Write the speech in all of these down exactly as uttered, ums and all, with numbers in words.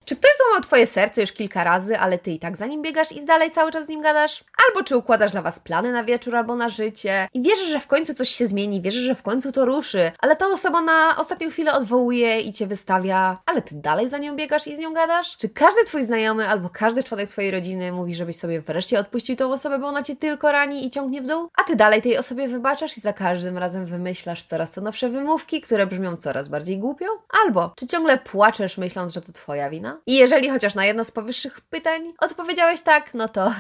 Czy ktoś złamał Twoje serce już kilka razy, ale Ty i tak za nim biegasz i dalej cały czas z nim gadasz? Albo czy układasz dla Was plany na wieczór albo na życie i wierzysz, że w końcu coś się zmieni, wierzysz, że w końcu to ruszy, ale ta osoba na ostatnią chwilę odwołuje i Cię wystawia, ale Ty dalej za nią biegasz i z nią gadasz? Czy każdy Twój znajomy albo każdy członek Twojej rodziny mówi, żebyś sobie wreszcie odpuścił tą osobę, bo ona Cię tylko rani i ciągnie w dół? A Ty dalej tej osobie wybaczasz i za każdym razem wymyślasz coraz to nowsze wymówki, które brzmią coraz bardziej głupio? Albo czy ciągle płaczesz myśląc, że to Twoja wina? I jeżeli chociaż na jedno z powyższych pytań odpowiedziałeś tak, no to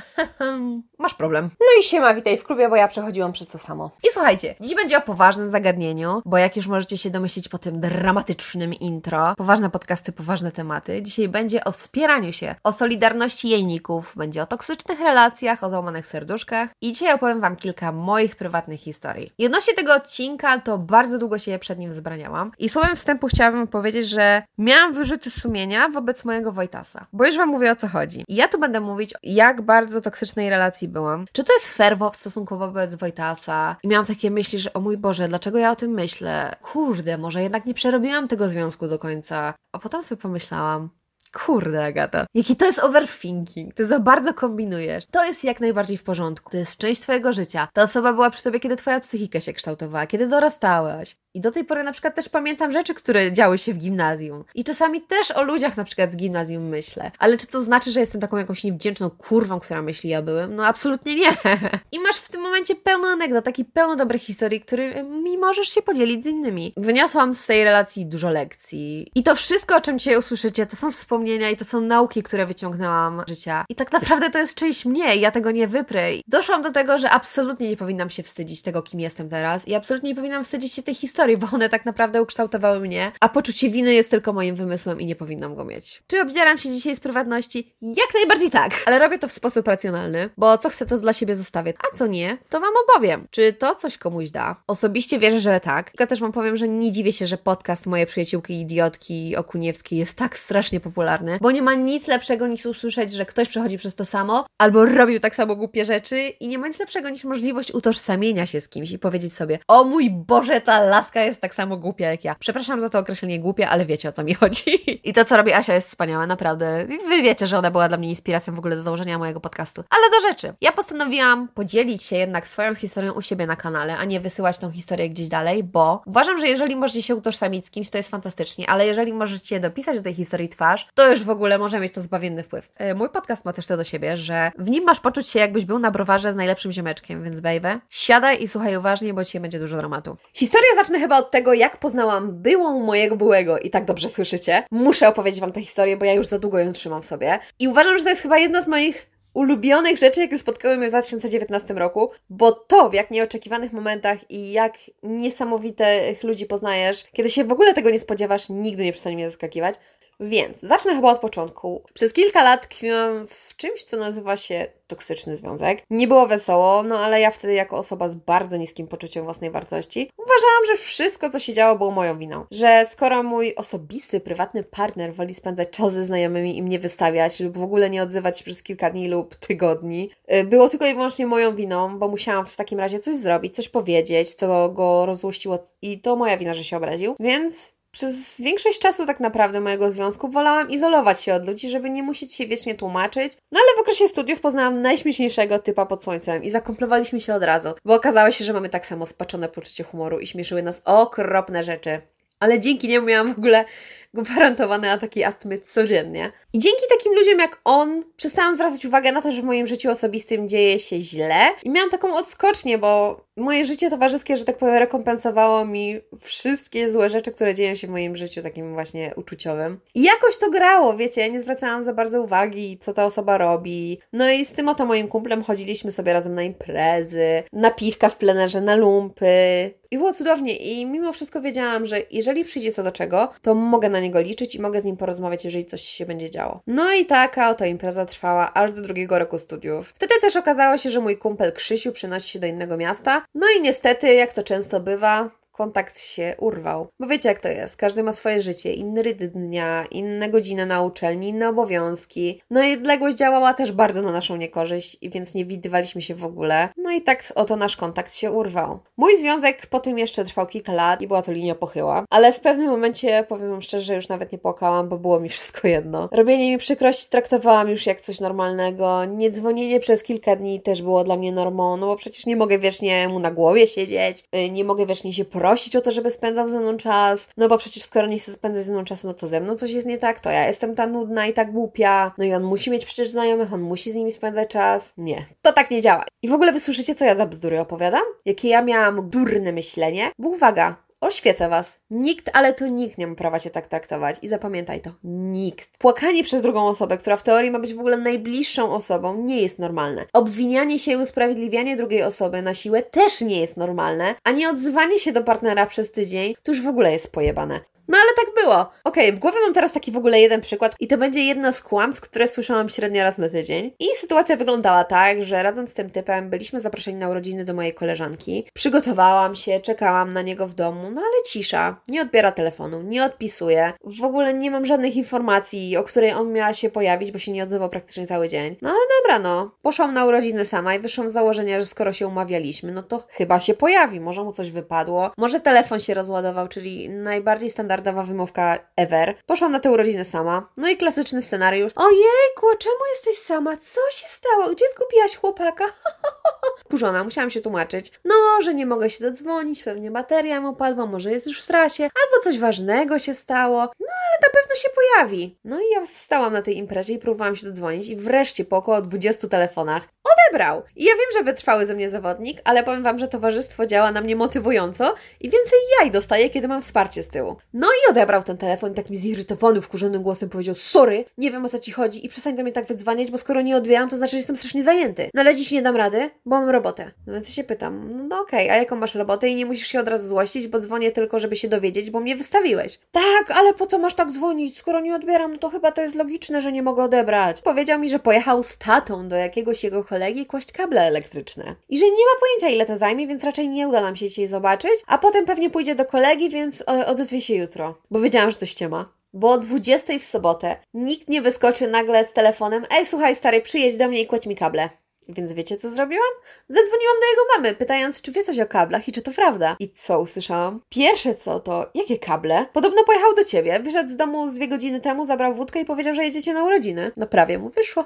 masz problem. No i siema, witaj w klubie, bo ja przechodziłam przez to samo. I słuchajcie, dziś będzie o poważnym zagadnieniu, bo jak już możecie się domyślić po tym dramatycznym intro, poważne podcasty, poważne tematy. Dzisiaj będzie o wspieraniu się, o solidarności jejników, będzie o toksycznych relacjach, o złamanych serduszkach i dzisiaj opowiem Wam kilka moich prywatnych historii. I odnośnie tego odcinka, to bardzo długo się przed nim wzbraniałam i słowem wstępu chciałabym powiedzieć, że miałam wyrzuty sumienia wobec mojego Wojtasa, bo już Wam mówię, o co chodzi. I ja tu będę mówić, jak bardzo toksycznej relacji byłam. Czy to jest ferwo w stosunku wobec Wojtasa? I miałam takie myśli, że o mój Boże, dlaczego ja o tym myślę? Kurde, może jednak nie przerobiłam tego związku do końca. A potem sobie pomyślałam, kurde, Agata, jaki to jest overthinking, ty za bardzo kombinujesz. To jest jak najbardziej w porządku. To jest część Twojego życia. Ta osoba była przy Tobie, kiedy Twoja psychika się kształtowała, kiedy dorastałaś. I do tej pory na przykład też pamiętam rzeczy, które działy się w gimnazjum. I czasami też o ludziach na przykład z gimnazjum myślę. Ale czy to znaczy, że jestem taką jakąś niewdzięczną kurwą, która myśli, ja byłem? No absolutnie nie. I masz w tym momencie pełno anegdot, taki pełno dobrych historii, którymi możesz się podzielić z innymi. Wyniosłam z tej relacji dużo lekcji. I to wszystko, o czym dzisiaj usłyszycie, to są wspomnienia i to są nauki, które wyciągnęłam z życia. I tak naprawdę to jest część mnie i ja tego nie wyprę. I doszłam do tego, że absolutnie nie powinnam się wstydzić tego, kim jestem teraz i absolutnie nie powinnam wstydzić się tej historii, bo one tak naprawdę ukształtowały mnie, a poczucie winy jest tylko moim wymysłem i nie powinnam go mieć. Czy obdzieram się dzisiaj z prywatności? Jak najbardziej tak, ale robię to w sposób racjonalny, bo co chcę, to dla siebie zostawię, a co nie, to Wam opowiem. Czy to coś komuś da? Osobiście wierzę, że tak. Tylko też Wam powiem, że nie dziwię się, że podcast Moje przyjaciółki idiotki Okuniewskiej jest tak strasznie popularny, bo nie ma nic lepszego niż usłyszeć, że ktoś przechodzi przez to samo, albo robił tak samo głupie rzeczy i nie ma nic lepszego niż możliwość utożsamienia się z kimś i powiedzieć sobie, o mój Boże, ta laska jest tak samo głupia jak ja. Przepraszam za to określenie głupia, ale wiecie, o co mi chodzi. I to, co robi Asia, jest wspaniałe, naprawdę. Wy wiecie, że ona była dla mnie inspiracją w ogóle do założenia mojego podcastu. Ale do rzeczy. Ja postanowiłam podzielić się jednak swoją historią u siebie na kanale, a nie wysyłać tą historię gdzieś dalej, bo uważam, że jeżeli możecie się utożsamić z kimś, to jest fantastycznie, ale jeżeli możecie dopisać do tej historii twarz, to już w ogóle może mieć to zbawienny wpływ. Mój podcast ma też to do siebie, że w nim masz poczuć się, jakbyś był na browarze z najlepszym ziomeczkiem, więc baby, siadaj i słuchaj uważnie, bo dzisiaj będzie dużo dramatu. Historię zacznę chyba od tego, jak poznałam byłą mojego byłego i tak dobrze słyszycie. Muszę opowiedzieć Wam tę historię, bo ja już za długo ją trzymam w sobie. I uważam, że to jest chyba jedna z moich ulubionych rzeczy, jakie spotkały mnie w dwa tysiące dziewiętnastym roku, bo to w jak nieoczekiwanych momentach i jak niesamowitych ludzi poznajesz, kiedy się w ogóle tego nie spodziewasz, nigdy nie przestanie mnie zaskakiwać. Więc zacznę chyba od początku. Przez kilka lat tkwiłam w czymś, co nazywa się toksyczny związek. Nie było wesoło, no ale ja wtedy jako osoba z bardzo niskim poczuciem własnej wartości uważałam, że wszystko, co się działo, było moją winą. Że skoro mój osobisty, prywatny partner woli spędzać czas ze znajomymi i mnie wystawiać lub w ogóle nie odzywać się przez kilka dni lub tygodni, było tylko i wyłącznie moją winą, bo musiałam w takim razie coś zrobić, coś powiedzieć, co go rozłościło i to moja wina, że się obraził. Więc przez większość czasu tak naprawdę mojego związku wolałam izolować się od ludzi, żeby nie musieć się wiecznie tłumaczyć. No ale w okresie studiów poznałam najśmieszniejszego typa pod słońcem i zakomplowaliśmy się od razu, bo okazało się, że mamy tak samo spaczone poczucie humoru i śmieszyły nas okropne rzeczy. Ale dzięki niemu miałam w ogóle gwarantowane ataki astmy codziennie. I dzięki takim ludziom jak on przestałam zwracać uwagę na to, że w moim życiu osobistym dzieje się źle i miałam taką odskocznię, bo moje życie towarzyskie, że tak powiem, rekompensowało mi wszystkie złe rzeczy, które dzieją się w moim życiu takim właśnie uczuciowym. I jakoś to grało, wiecie, ja nie zwracałam za bardzo uwagi, co ta osoba robi. No i z tym oto moim kumplem chodziliśmy sobie razem na imprezy, na piwka w plenerze, na lumpy. I było cudownie i mimo wszystko wiedziałam, że jeżeli przyjdzie co do czego, to mogę na niego liczyć i mogę z nim porozmawiać, jeżeli coś się będzie działo. No i taka oto impreza trwała aż do drugiego roku studiów. Wtedy też okazało się, że mój kumpel Krzysiu przenosi się do innego miasta. No i niestety, jak to często bywa, kontakt się urwał. Bo wiecie jak to jest, każdy ma swoje życie, inny rytm dnia, inne godziny na uczelni, inne obowiązki. No i odległość działała też bardzo na naszą niekorzyść, więc nie widywaliśmy się w ogóle. No i tak oto nasz kontakt się urwał. Mój związek po tym jeszcze trwał kilka lat i była to linia pochyła, ale w pewnym momencie, powiem wam szczerze, już nawet nie płakałam, bo było mi wszystko jedno. Robienie mi przykrości traktowałam już jak coś normalnego, niedzwonienie przez kilka dni też było dla mnie normą, no bo przecież nie mogę wiecznie mu na głowie siedzieć, nie mogę wiecznie się prosić o to, żeby spędzał ze mną czas, no bo przecież skoro nie chce spędzać ze mną czasu, no to ze mną coś jest nie tak, to ja jestem ta nudna i tak głupia, no i on musi mieć przecież znajomych, on musi z nimi spędzać czas. Nie, to tak nie działa. I w ogóle wy słyszycie, co ja za bzdury opowiadam? Jakie ja miałam durne myślenie? Bo uwaga, oświecę was. Nikt, ale to nikt nie ma prawa cię tak traktować. I zapamiętaj to. Nikt. Płakanie przez drugą osobę, która w teorii ma być w ogóle najbliższą osobą, nie jest normalne. Obwinianie się i usprawiedliwianie drugiej osoby na siłę też nie jest normalne. A nie odzywanie się do partnera przez tydzień, to już w ogóle jest pojebane. No ale tak było. Okej, okay, w głowie mam teraz taki w ogóle jeden przykład i to będzie jedno z kłamstw, które słyszałam średnio raz na tydzień. I sytuacja wyglądała tak, że razem z tym typem byliśmy zaproszeni na urodziny do mojej koleżanki. Przygotowałam się, czekałam na niego w domu, no ale cisza. Nie odbiera telefonu, nie odpisuje. W ogóle nie mam żadnych informacji, o której on miał się pojawić, bo się nie odzywał praktycznie cały dzień. No ale dobra, no. Poszłam na urodziny sama i wyszłam z założenia, że skoro się umawialiśmy, no to chyba się pojawi. Może mu coś wypadło, może telefon się rozładował, czyli najbardziej standardowa wymówka ever. Poszłam na te urodziny sama. No i klasyczny scenariusz. Ojejku, czemu jesteś sama? Co się stało? Gdzie zgubiłaś chłopaka? Purzona, musiałam się tłumaczyć. No, że nie mogę się dodzwonić, pewnie bateria mu padła, może jest już w trasie, albo coś ważnego się stało. No, ale na pewno się pojawi. No i ja stałam na tej imprezie i próbowałam się dodzwonić i wreszcie po około dwudziestu telefonach odebrał. I ja wiem, że wytrwały ze mnie zawodnik, ale powiem wam, że towarzystwo działa na mnie motywująco i więcej jaj dostaję, kiedy mam wsparcie z tyłu. No i odebrał ten telefon i tak mi zirytowany, wkurzonym głosem powiedział: sorry, nie wiem o co ci chodzi i przestań do mnie tak wydzwaniać, bo skoro nie odbieram, to znaczy, że jestem strasznie zajęty. No ale dziś nie dam rady, bo mam robotę. No więc ja się pytam, no okej, okay, a jaką masz robotę i nie musisz się od razu złościć, bo dzwonię tylko, żeby się dowiedzieć, bo mnie wystawiłeś. Tak, ale po co masz tak dzwonić? Skoro nie odbieram, no to chyba to jest logiczne, że nie mogę odebrać. Powiedział mi, że pojechał z tatą do jakiegoś jego kolegi kłaść kable elektryczne. I że nie ma pojęcia, ile to zajmie, więc raczej nie uda nam się dzisiaj zobaczyć, a potem pewnie pójdzie do kolegi, więc odezwie się jutro. Bo wiedziałam, że to ściema. Bo o dwudziestej w sobotę nikt nie wyskoczy nagle z telefonem: ej, słuchaj stary, przyjedź do mnie i kładź mi kable. Więc wiecie, co zrobiłam? Zadzwoniłam do jego mamy, pytając, czy wie coś o kablach i czy to prawda. I co usłyszałam? Pierwsze co to, jakie kable? Podobno pojechał do ciebie, wyszedł z domu z dwie godziny temu, zabrał wódkę i powiedział, że jedziecie na urodziny. No prawie mu wyszło.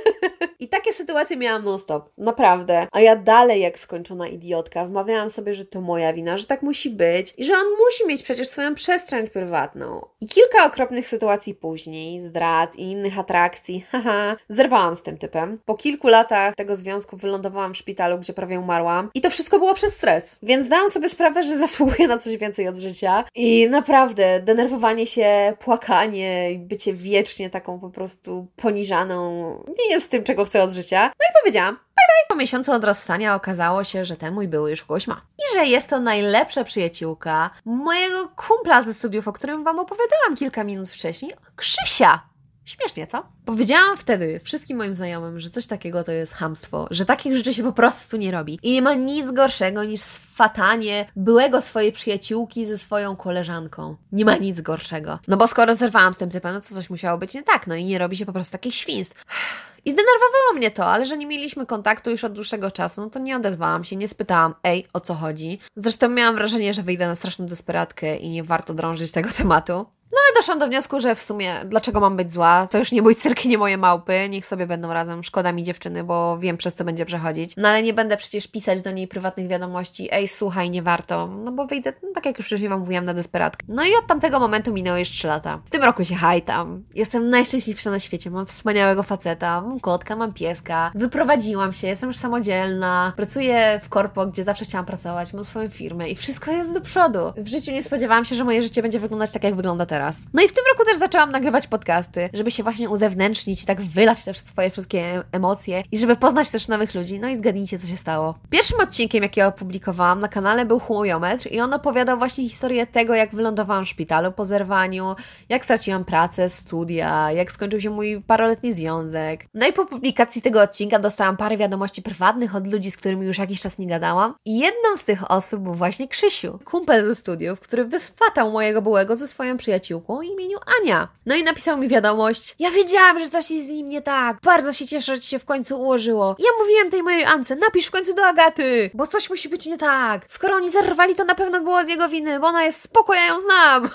I takie sytuacje miałam non-stop. Naprawdę. A ja dalej jak skończona idiotka wmawiałam sobie, że to moja wina, że tak musi być i że on musi mieć przecież swoją przestrzeń prywatną. I kilka okropnych sytuacji później, zdrad i innych atrakcji, haha, zerwałam z tym typem. Po kilku latach tego związku wylądowałam w szpitalu, gdzie prawie umarłam. I to wszystko było przez stres. Więc dałam sobie sprawę, że zasługuję na coś więcej od życia. I naprawdę, denerwowanie się, płakanie i bycie wiecznie taką po prostu poniżaną nie jest tym, czego chcę od życia. No i powiedziałam: bye bye. Po miesiącu od rozstania okazało się, że ten mój były już kogoś ma. I że jest to najlepsza przyjaciółka mojego kumpla ze studiów, o którym wam opowiadałam kilka minut wcześniej, Krzysia. Śmiesznie, co? Powiedziałam wtedy wszystkim moim znajomym, że coś takiego to jest chamstwo, że takich rzeczy się po prostu nie robi. I nie ma nic gorszego niż swatanie byłego swojej przyjaciółki ze swoją koleżanką. Nie ma nic gorszego. No bo skoro zerwałam z tym typem, no to coś musiało być nie tak, no i nie robi się po prostu takich świństw. I zdenerwowało mnie to, ale że nie mieliśmy kontaktu już od dłuższego czasu, no to nie odezwałam się, nie spytałam: ej, o co chodzi? Zresztą miałam wrażenie, że wyjdę na straszną desperatkę i nie warto drążyć tego tematu. No ale doszłam do wniosku, że w sumie dlaczego mam być zła? To już nie mój cyrk, nie moje małpy. Niech sobie będą razem. Szkoda mi dziewczyny, bo wiem, przez co będzie przechodzić. No ale nie będę przecież pisać do niej prywatnych wiadomości: ej, słuchaj, nie warto. No bo wyjdę, no, tak jak już wcześniej wam mówiłam, na desperatkę. No i od tamtego momentu minęło już trzy lata. W tym roku się hajtam. Jestem najszczęśliwsza na świecie. Mam wspaniałego faceta, mam kotka, mam pieska. Wyprowadziłam się, jestem już samodzielna. Pracuję w korpo, gdzie zawsze chciałam pracować. Mam swoją firmę i wszystko jest do przodu. W życiu nie spodziewałam się, że moje życie będzie wyglądać tak, jak wygląda teraz. teraz. No i w tym roku też zaczęłam nagrywać podcasty, żeby się właśnie uzewnętrznić i tak wylać też swoje wszystkie emocje i żeby poznać też nowych ludzi. No i zgadnijcie, co się stało. Pierwszym odcinkiem, jaki opublikowałam na kanale, był Humojometr i on opowiadał właśnie historię tego, jak wylądowałam w szpitalu po zerwaniu, jak straciłam pracę, studia, jak skończył się mój paroletni związek. No i po publikacji tego odcinka dostałam parę wiadomości prywatnych od ludzi, z którymi już jakiś czas nie gadałam. I jedną z tych osób był właśnie Krzysiu, kumpel ze studiów, który wyswatał mojego byłego ze swoją przyjaciółką o imieniu Ania. No i napisał mi wiadomość: ja wiedziałam, że coś jest z nim nie tak. Bardzo się cieszę, że ci się w końcu ułożyło. Ja mówiłem tej mojej Ance, napisz w końcu do Agaty, bo coś musi być nie tak. Skoro oni zerwali, to na pewno było z jego winy, bo ona jest spoko, ja ją znam.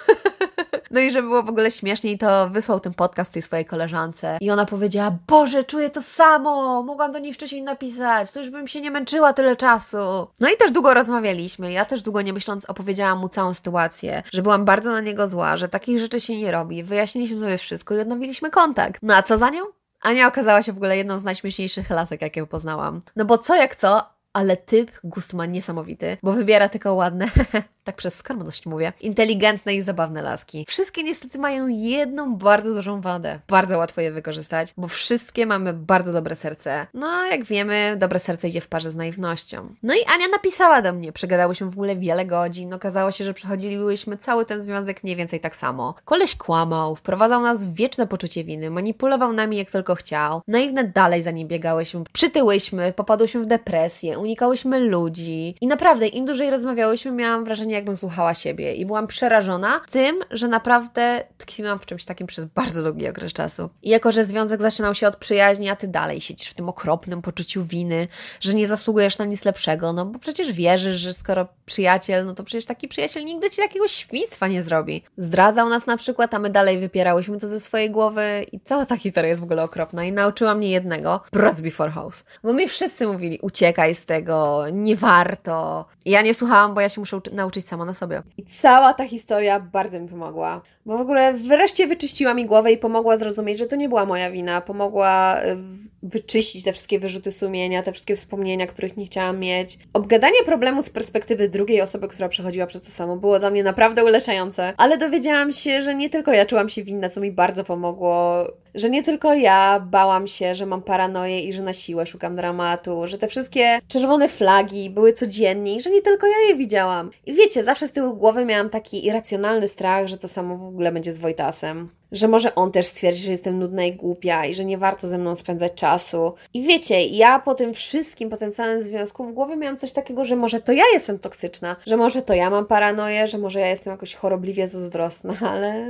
No i żeby było w ogóle śmieszniej, to wysłał ten podcast tej swojej koleżance i ona powiedziała: Boże, czuję to samo, mogłam do niej wcześniej napisać, to już bym się nie męczyła tyle czasu. No i też długo rozmawialiśmy, ja też długo nie myśląc opowiedziałam mu całą sytuację, że byłam bardzo na niego zła, że takich rzeczy się nie robi, wyjaśniliśmy sobie wszystko i odnowiliśmy kontakt. No a co za nią? Ania okazała się w ogóle jedną z najśmieszniejszych lasek, jakie poznałam. No bo co jak co, ale typ gustu ma niesamowity, bo wybiera tylko ładne, tak przez skromność mówię, inteligentne i zabawne laski. Wszystkie niestety mają jedną bardzo dużą wadę. Bardzo łatwo je wykorzystać, bo wszystkie mamy bardzo dobre serce. No, jak wiemy, dobre serce idzie w parze z naiwnością. No i Ania napisała do mnie, przegadałyśmy w ogóle wiele godzin, okazało się, że przechodziliśmy cały ten związek mniej więcej tak samo. Koleś kłamał, wprowadzał nas w wieczne poczucie winy, manipulował nami jak tylko chciał. Naiwne dalej za nim biegałyśmy, przytyłyśmy, popadłyśmy w depresję, unikałyśmy ludzi i naprawdę im dłużej rozmawiałyśmy, miałam wrażenie, jakbym słuchała siebie i byłam przerażona tym, że naprawdę tkwiłam w czymś takim przez bardzo długi okres czasu. I jako, że związek zaczynał się od przyjaźni, a ty dalej siedzisz w tym okropnym poczuciu winy, że nie zasługujesz na nic lepszego, no bo przecież wierzysz, że skoro przyjaciel, no to przecież taki przyjaciel nigdy ci takiego świństwa nie zrobi. Zdradzał nas na przykład, a my dalej wypierałyśmy to ze swojej głowy i cała ta historia jest w ogóle okropna i nauczyła mnie jednego: Bros before house. Bo mi wszyscy mówili: uciekaj z tego, nie warto. I ja nie słuchałam, bo ja się muszę uczy- nauczyć sama na sobie. I cała ta historia bardzo mi pomogła, bo w ogóle wreszcie wyczyściła mi głowę i pomogła zrozumieć, że to nie była moja wina. Pomogła wyczyścić te wszystkie wyrzuty sumienia, te wszystkie wspomnienia, których nie chciałam mieć. Obgadanie problemu z perspektywy drugiej osoby, która przechodziła przez to samo, było dla mnie naprawdę uleczające. Ale dowiedziałam się, że nie tylko ja czułam się winna, co mi bardzo pomogło, że nie tylko ja bałam się, że mam paranoję i że na siłę szukam dramatu, że te wszystkie czerwone flagi były codziennie i że nie tylko ja je widziałam. I wiecie, zawsze z tyłu głowy miałam taki irracjonalny strach, że to samo w ogóle będzie z Wojtasem. Że może on też stwierdzi, że jestem nudna i głupia i że nie warto ze mną spędzać czasu. I wiecie, ja po tym wszystkim, po tym całym związku w głowie miałam coś takiego, że może to ja jestem toksyczna, że może to ja mam paranoję, że może ja jestem jakoś chorobliwie zazdrosna, ale...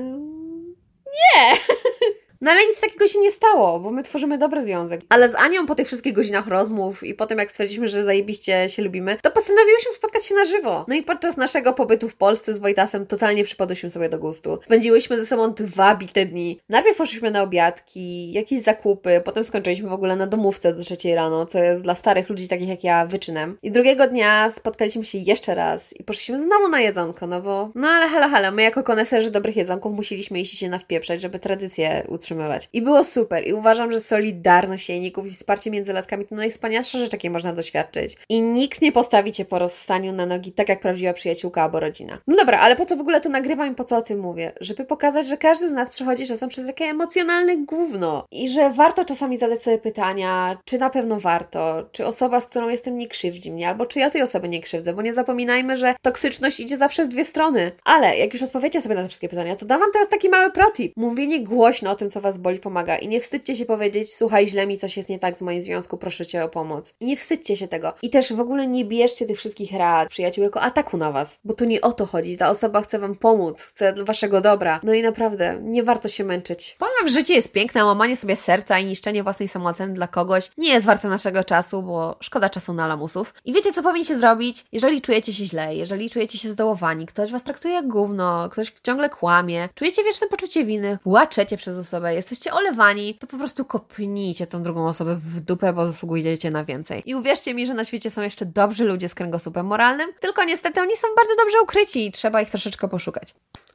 nie! No ale nic takiego się nie stało, bo my tworzymy dobry związek. Ale z Anią po tych wszystkich godzinach rozmów i po tym, jak stwierdziliśmy, że zajebiście się lubimy, to postanowiłyśmy spotkać się na żywo. No i podczas naszego pobytu w Polsce z Wojtasem totalnie przypadłyśmy sobie do gustu. Spędziłyśmy ze sobą dwa bite dni. Najpierw poszliśmy na obiadki, jakieś zakupy, potem skończyliśmy w ogóle na domówce do trzeciej rano, co jest dla starych ludzi takich jak ja wyczynem. I drugiego dnia spotkaliśmy się jeszcze raz i poszliśmy znowu na jedzonko, no bo... No ale halo, halo, my jako koneserzy dobrych jedzonków musieliśmy iść się nawpieprzać, żeby tradycję utrzymać. I było super. I uważam, że solidarność jajników i wsparcie między laskami to najwspanialsza rzecz, jakiej można doświadczyć. I nikt nie postawi cię po rozstaniu na nogi tak, jak prawdziwa przyjaciółka albo rodzina. No dobra, ale po co w ogóle to nagrywam i po co o tym mówię? Żeby pokazać, że każdy z nas przechodzi czasem przez takie emocjonalne gówno. I że warto czasami zadać sobie pytania, czy na pewno warto, czy osoba, z którą jestem, nie krzywdzi mnie, albo czy ja tej osoby nie krzywdzę, bo nie zapominajmy, że toksyczność idzie zawsze w dwie strony. Ale jak już odpowiecie sobie na te wszystkie pytania, to dam wam teraz taki mały protip. Mówienie głośno o tym, co was boli, pomaga. I nie wstydźcie się powiedzieć: słuchaj, źle mi coś jest nie tak z moim związku, proszę cię o pomoc. I nie wstydźcie się tego. I też w ogóle nie bierzcie tych wszystkich rad, przyjaciół, jako ataku na was, bo tu nie o to chodzi. Ta osoba chce wam pomóc, chce dla waszego dobra. No i naprawdę, nie warto się męczyć. Powiem, życie jest piękne, łamanie sobie serca i niszczenie własnej samooceny dla kogoś nie jest warte naszego czasu, bo szkoda czasu na lamusów. I wiecie, co powinniście zrobić? Jeżeli czujecie się źle, jeżeli czujecie się zdołowani, ktoś was traktuje jak gówno, ktoś ciągle kłamie, czujecie wieczne poczucie winy, płaczecie przez osobę, jesteście olewani, to po prostu kopnijcie tą drugą osobę w dupę, bo zasługujecie na więcej. I uwierzcie mi, że na świecie są jeszcze dobrzy ludzie z kręgosłupem moralnym, tylko niestety oni są bardzo dobrze ukryci i trzeba ich troszeczkę poszukać.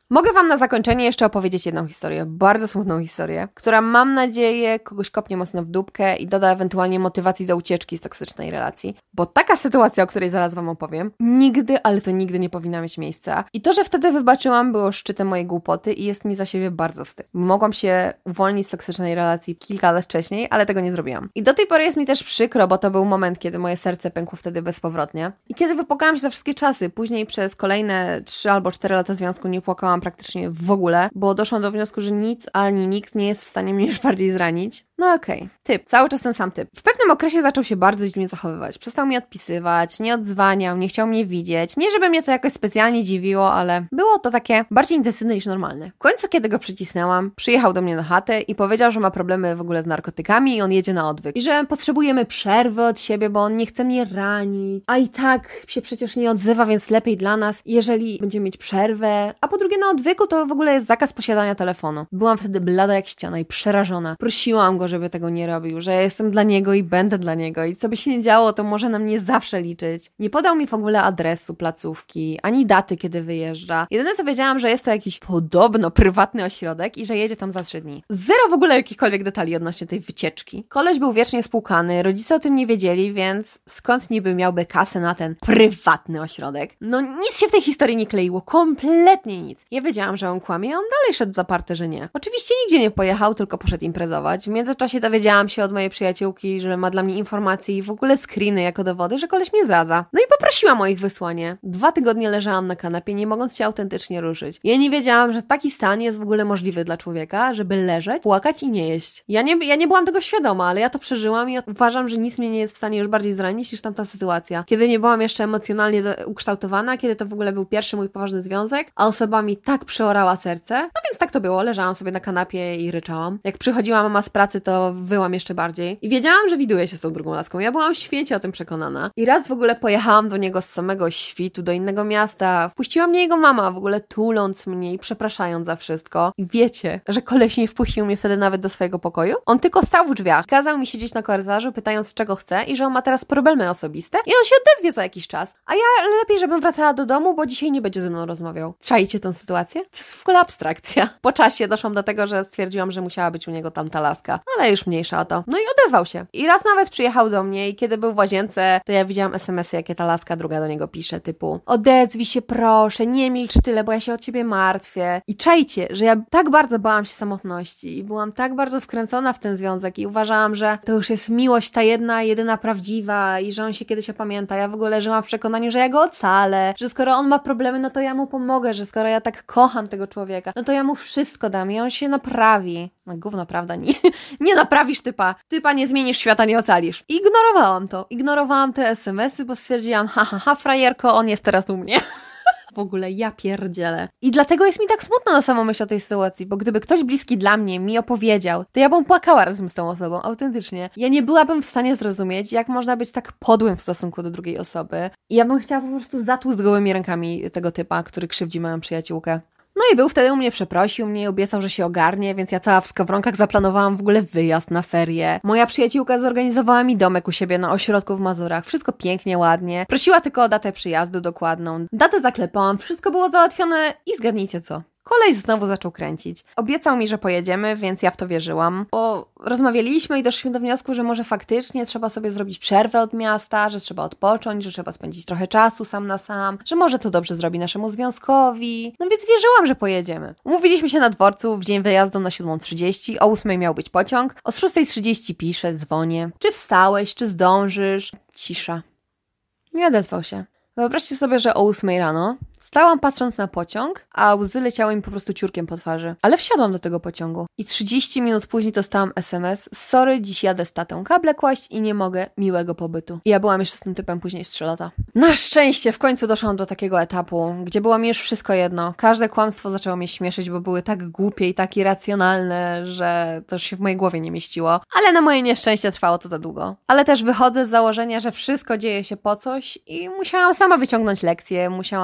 Mogę Wam na zakończenie jeszcze opowiedzieć jedną historię, bardzo smutną historię, która mam nadzieję kogoś kopnie mocno w dupkę i doda ewentualnie motywacji do ucieczki z toksycznej relacji. Bo taka sytuacja, o której zaraz Wam opowiem, nigdy, ale to nigdy nie powinna mieć miejsca. I to, że wtedy wybaczyłam, było szczytem mojej głupoty i jest mi za siebie bardzo wstyd. Mogłam się uwolnić z toksycznej relacji kilka lat wcześniej, ale tego nie zrobiłam. I do tej pory jest mi też przykro, bo to był moment, kiedy moje serce pękło wtedy bezpowrotnie. I kiedy wypłakałam się za wszystkie czasy, później przez kolejne trzy albo cztery lata związku nie płakałam praktycznie w ogóle, bo doszłam do wniosku, że nic ani nikt nie jest w stanie mnie już bardziej zranić. No okej. Okay. Typ. Cały czas ten sam typ. W pewnym okresie zaczął się bardzo dziwnie zachowywać. Przestał mi odpisywać, nie odzwaniał, nie chciał mnie widzieć. Nie, żeby mnie to jakoś specjalnie dziwiło, ale było to takie bardziej intensywne niż normalne. W końcu, kiedy go przycisnęłam, przyjechał do mnie na chatę i powiedział, że ma problemy w ogóle z narkotykami i on jedzie na odwyk. I że potrzebujemy przerwy od siebie, bo on nie chce mnie ranić. A i tak się przecież nie odzywa, więc lepiej dla nas, jeżeli będziemy mieć przerwę. A po drugie, na odwyku to w ogóle jest zakaz posiadania telefonu. Byłam wtedy blada jak ściana i przerażona. Prosiłam go, żeby tego nie robił, że ja jestem dla niego i będę dla niego i co by się nie działo, to może na mnie zawsze liczyć. Nie podał mi w ogóle adresu placówki, ani daty, kiedy wyjeżdża. Jedyne co wiedziałam, że jest to jakiś podobno prywatny ośrodek i że jedzie tam za trzy dni. Zero w ogóle jakichkolwiek detali odnośnie tej wycieczki. Koleś był wiecznie spłukany, rodzice o tym nie wiedzieli, więc skąd niby miałby kasę na ten prywatny ośrodek? No nic się w tej historii nie kleiło, kompletnie nic. Ja wiedziałam, że on kłamie, a on dalej szedł zaparte, że nie. Oczywiście nigdzie nie pojechał, tylko poszedł imprezować. W międzyczasie dowiedziałam się od mojej przyjaciółki, że ma dla mnie informacje i w ogóle screeny jako dowody, że koleś mnie zdradza. No i poprosiłam o ich wysłanie. Dwa tygodnie leżałam na kanapie, nie mogąc się autentycznie ruszyć. Ja nie wiedziałam, że taki stan jest w ogóle możliwy dla człowieka, żeby leżeć, płakać i nie jeść. Ja nie, ja nie byłam tego świadoma, ale ja to przeżyłam i uważam, że nic mnie nie jest w stanie już bardziej zranić niż tamta sytuacja. Kiedy nie byłam jeszcze emocjonalnie do, ukształtowana, kiedy to w ogóle był pierwszy mój poważny związek, a osoba mi tak przeorała serce. No więc tak to było. Leżałam sobie na kanapie i ryczałam. Jak przychodziła mama z pracy, to wyłam jeszcze bardziej. I wiedziałam, że widuję się z tą drugą laską. Ja byłam święcie o tym przekonana. I raz w ogóle pojechałam do niego z samego świtu, do innego miasta. Wpuściła mnie jego mama, w ogóle tuląc mnie i przepraszając za wszystko. I wiecie, że koleś nie wpuścił mnie wtedy nawet do swojego pokoju? On tylko stał w drzwiach. Kazał mi siedzieć na korytarzu, pytając, czego chce i że on ma teraz problemy osobiste. I on się odezwie za jakiś czas. A ja lepiej, żebym wracała do domu, bo dzisiaj nie będzie ze mną rozmawiał. Czajcie tą sytuację? To jest w ogóle abstrakcja. Po czasie doszłam do tego, że stwierdziłam, że musiała być u niego tamta laska. Ale już mniejsza o to. No i odezwał się. I raz nawet przyjechał do mnie i kiedy był w łazience, to ja widziałam es em esy, jakie ta laska druga do niego pisze, typu odezwij się proszę, nie milcz tyle, bo ja się o ciebie martwię. I czajcie, że ja tak bardzo bałam się samotności i byłam tak bardzo wkręcona w ten związek i uważałam, że to już jest miłość ta jedna, jedyna prawdziwa i że on się kiedyś opamięta. Ja w ogóle żyłam w przekonaniu, że ja go ocalę, że skoro on ma problemy, no to ja mu pomogę, że skoro ja tak kocham tego człowieka, no to ja mu wszystko dam i on się naprawi. No gówno, prawda? Nie, nie naprawisz typa. Typa nie zmienisz świata, nie ocalisz. I ignorowałam to. Ignorowałam te es em esy, bo stwierdziłam, ha, ha, ha, frajerko, on jest teraz u mnie. W ogóle ja pierdzielę. I dlatego jest mi tak smutno na samą myśl o tej sytuacji, bo gdyby ktoś bliski dla mnie mi opowiedział, to ja bym płakała razem z tą osobą, autentycznie. Ja nie byłabym w stanie zrozumieć, jak można być tak podłym w stosunku do drugiej osoby. I ja bym chciała po prostu zatłuc gołymi rękami tego typa, który krzywdzi moją przyjaciółkę. No i był wtedy u mnie, przeprosił mnie i obiecał, że się ogarnie, więc ja cała w skowronkach zaplanowałam w ogóle wyjazd na ferie. Moja przyjaciółka zorganizowała mi domek u siebie na ośrodku w Mazurach. Wszystko pięknie, ładnie. Prosiła tylko o datę przyjazdu dokładną. Datę zaklepałam, wszystko było załatwione i zgadnijcie co? Kolej znowu zaczął kręcić. Obiecał mi, że pojedziemy, więc ja w to wierzyłam. Bo rozmawialiśmy i doszliśmy do wniosku, że może faktycznie trzeba sobie zrobić przerwę od miasta, że trzeba odpocząć, że trzeba spędzić trochę czasu sam na sam, że może to dobrze zrobi naszemu związkowi. No więc wierzyłam, że pojedziemy. Umówiliśmy się na dworcu w dzień wyjazdu na siódma trzydzieści, o ósmej miał być pociąg, o szósta trzydzieści piszę, dzwonię. Czy wstałeś, czy zdążysz? Cisza. Nie odezwał się. Wyobraźcie sobie, że o ósmej rano stałam patrząc na pociąg, a łzy leciały mi po prostu ciurkiem po twarzy. Ale wsiadłam do tego pociągu. I trzydzieści minut później dostałam es em es. Sorry, dziś jadę z tatą kable kłaść i nie mogę, miłego pobytu. I ja byłam jeszcze z tym typem później z trzy lata. Na szczęście w końcu doszłam do takiego etapu, gdzie było mi już wszystko jedno. Każde kłamstwo zaczęło mnie śmieszyć, bo były tak głupie i tak irracjonalne, że to już się w mojej głowie nie mieściło. Ale na moje nieszczęście trwało to za długo. Ale też wychodzę z założenia, że wszystko dzieje się po coś i musiałam sama wyciągnąć lekcję, musiałam sama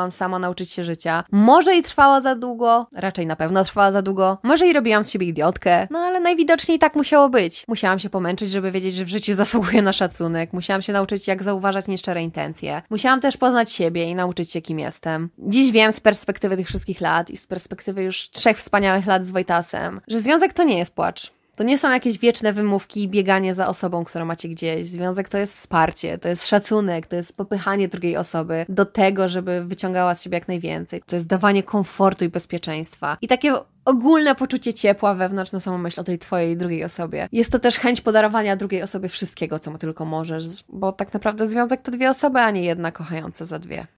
nauczyć się życia. Może i trwała za długo, raczej na pewno trwała za długo, może i robiłam z siebie idiotkę, no ale najwidoczniej tak musiało być. Musiałam się pomęczyć, żeby wiedzieć, że w życiu zasługuję na szacunek. Musiałam się nauczyć, jak zauważać nieszczere intencje. Musiałam też poznać siebie i nauczyć się, kim jestem. Dziś wiem z perspektywy tych wszystkich lat i z perspektywy już trzech wspaniałych lat z Wojtasem, że związek to nie jest płacz. To nie są jakieś wieczne wymówki i bieganie za osobą, którą macie gdzieś. Związek to jest wsparcie, to jest szacunek, to jest popychanie drugiej osoby do tego, żeby wyciągała z siebie jak najwięcej. To jest dawanie komfortu i bezpieczeństwa. I takie ogólne poczucie ciepła wewnątrz na samą myśl o tej twojej drugiej osobie. Jest to też chęć podarowania drugiej osobie wszystkiego, co tylko możesz, bo tak naprawdę związek to dwie osoby, a nie jedna kochająca za dwie.